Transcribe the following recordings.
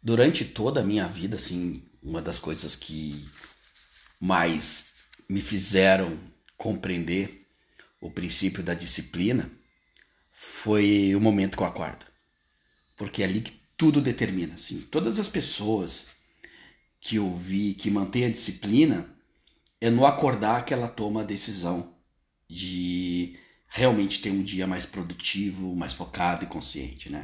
Durante toda a minha vida, assim, uma das coisas que mais me fizeram compreender o princípio da disciplina foi o momento que eu acordo. Porque é ali que tudo determina, assim. Todas as pessoas que eu vi que mantêm a disciplina, é no acordar que ela toma a decisão de realmente ter um dia mais produtivo, mais focado e consciente, né?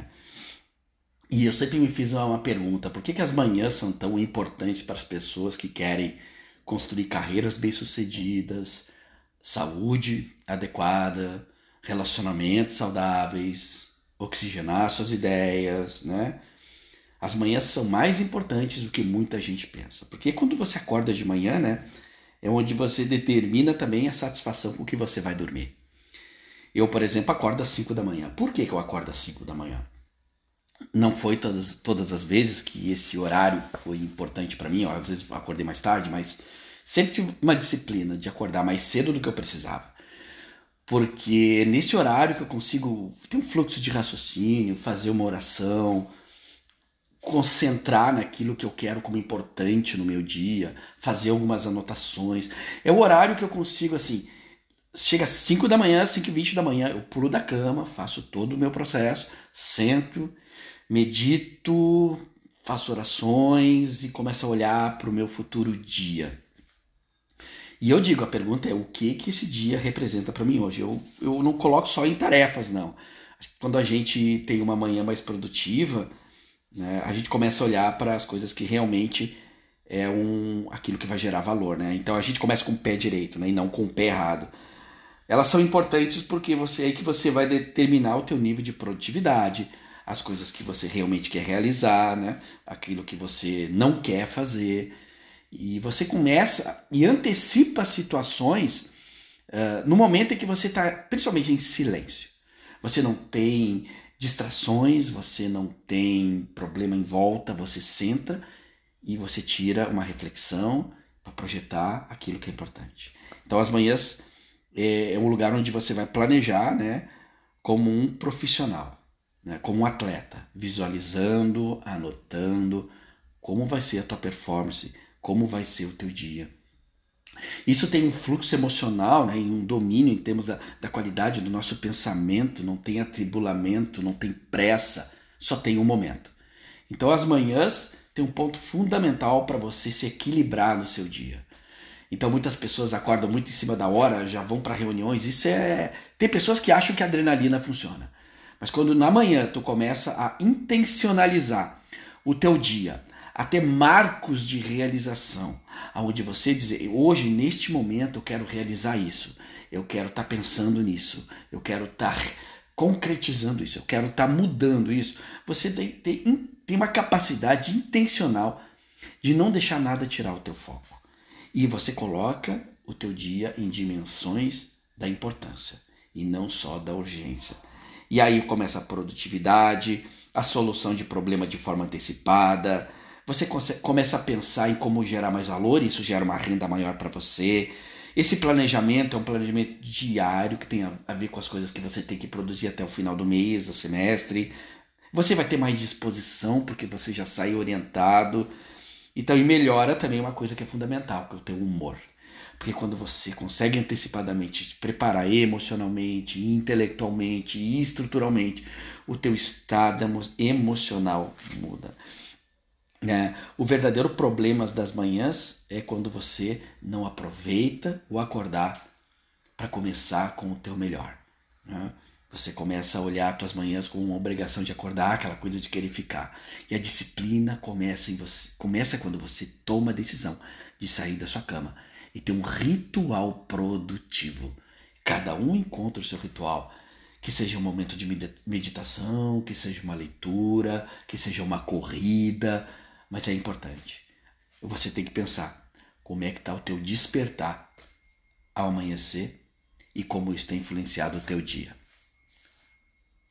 E eu sempre me fiz uma pergunta: por que, que as manhãs são tão importantes para as pessoas que querem construir carreiras bem-sucedidas, saúde adequada, relacionamentos saudáveis, oxigenar suas ideias, né? As manhãs são mais importantes do que muita gente pensa. Porque quando você acorda de manhã, né, é onde você determina também a satisfação com que você vai dormir. Eu, por exemplo, acordo às 5 da manhã. Por que, que eu acordo às 5 da manhã? Não foi todas as vezes que esse horário foi importante para mim. Ó, às vezes eu acordei mais tarde, mas sempre tive uma disciplina de acordar mais cedo do que eu precisava. Porque nesse horário que eu consigo ter um fluxo de raciocínio, fazer uma oração, concentrar naquilo que eu quero como importante no meu dia, fazer algumas anotações. É o horário que eu consigo, assim, chega às 5 da manhã, 5h20 da manhã, eu pulo da cama, faço todo o meu processo, sento, medito, faço orações e começo a olhar para o meu futuro dia. E eu digo, a pergunta é o que que esse dia representa para mim hoje. Eu não coloco só em tarefas, não. Quando a gente tem uma manhã mais produtiva, né, a gente começa a olhar para as coisas que realmente aquilo que vai gerar valor, né? Então a gente começa com o pé direito, né, e não com o pé errado. Elas são importantes porque é aí que você vai determinar o teu nível de produtividade, as coisas que você realmente quer realizar, né? Aquilo que você não quer fazer. E você começa e antecipa situações no momento em que você está, principalmente em silêncio. Você não tem distrações, você não tem problema em volta, você senta e você tira uma reflexão para projetar aquilo que é importante. Então as manhãs é um lugar onde você vai planejar, né, como um profissional, né, como um atleta, visualizando, anotando como vai ser a tua performance, como vai ser o teu dia. Isso tem um fluxo emocional, né, e um domínio em termos da qualidade do nosso pensamento, não tem atribulamento, não tem pressa, só tem um momento. Então as manhãs têm um ponto fundamental para você se equilibrar no seu dia. Então muitas pessoas acordam muito em cima da hora, já vão para reuniões. Tem pessoas que acham que a adrenalina funciona. Mas quando na manhã tu começa a intencionalizar o teu dia, a ter marcos de realização, aonde você dizer, hoje, neste momento, eu quero realizar isso, eu quero estar pensando nisso, eu quero estar concretizando isso, eu quero estar mudando isso. Você tem uma capacidade intencional de não deixar nada tirar o teu foco. E você coloca o teu dia em dimensões da importância e não só da urgência. E aí começa a produtividade, a solução de problema de forma antecipada. Você começa a pensar em como gerar mais valor, e isso gera uma renda maior para você. Esse planejamento é um planejamento diário que tem a ver com as coisas que você tem que produzir até o final do mês, do semestre. Você vai ter mais disposição porque você já sai orientado. Então, e melhora também uma coisa que é fundamental, que é o teu humor. Porque quando você consegue antecipadamente te preparar emocionalmente, intelectualmente e estruturalmente, o teu estado emocional muda. Né? O verdadeiro problema das manhãs é quando você não aproveita o acordar para começar com o teu melhor. Né? Você começa a olhar as tuas manhãs como uma obrigação de acordar, aquela coisa de querer ficar. E a disciplina começa quando você toma a decisão de sair da sua cama e ter um ritual produtivo. Cada um encontra o seu ritual. Que seja um momento de meditação, que seja uma leitura, que seja uma corrida, mas é importante. Você tem que pensar como é que está o teu despertar ao amanhecer e como isso tem influenciado o teu dia.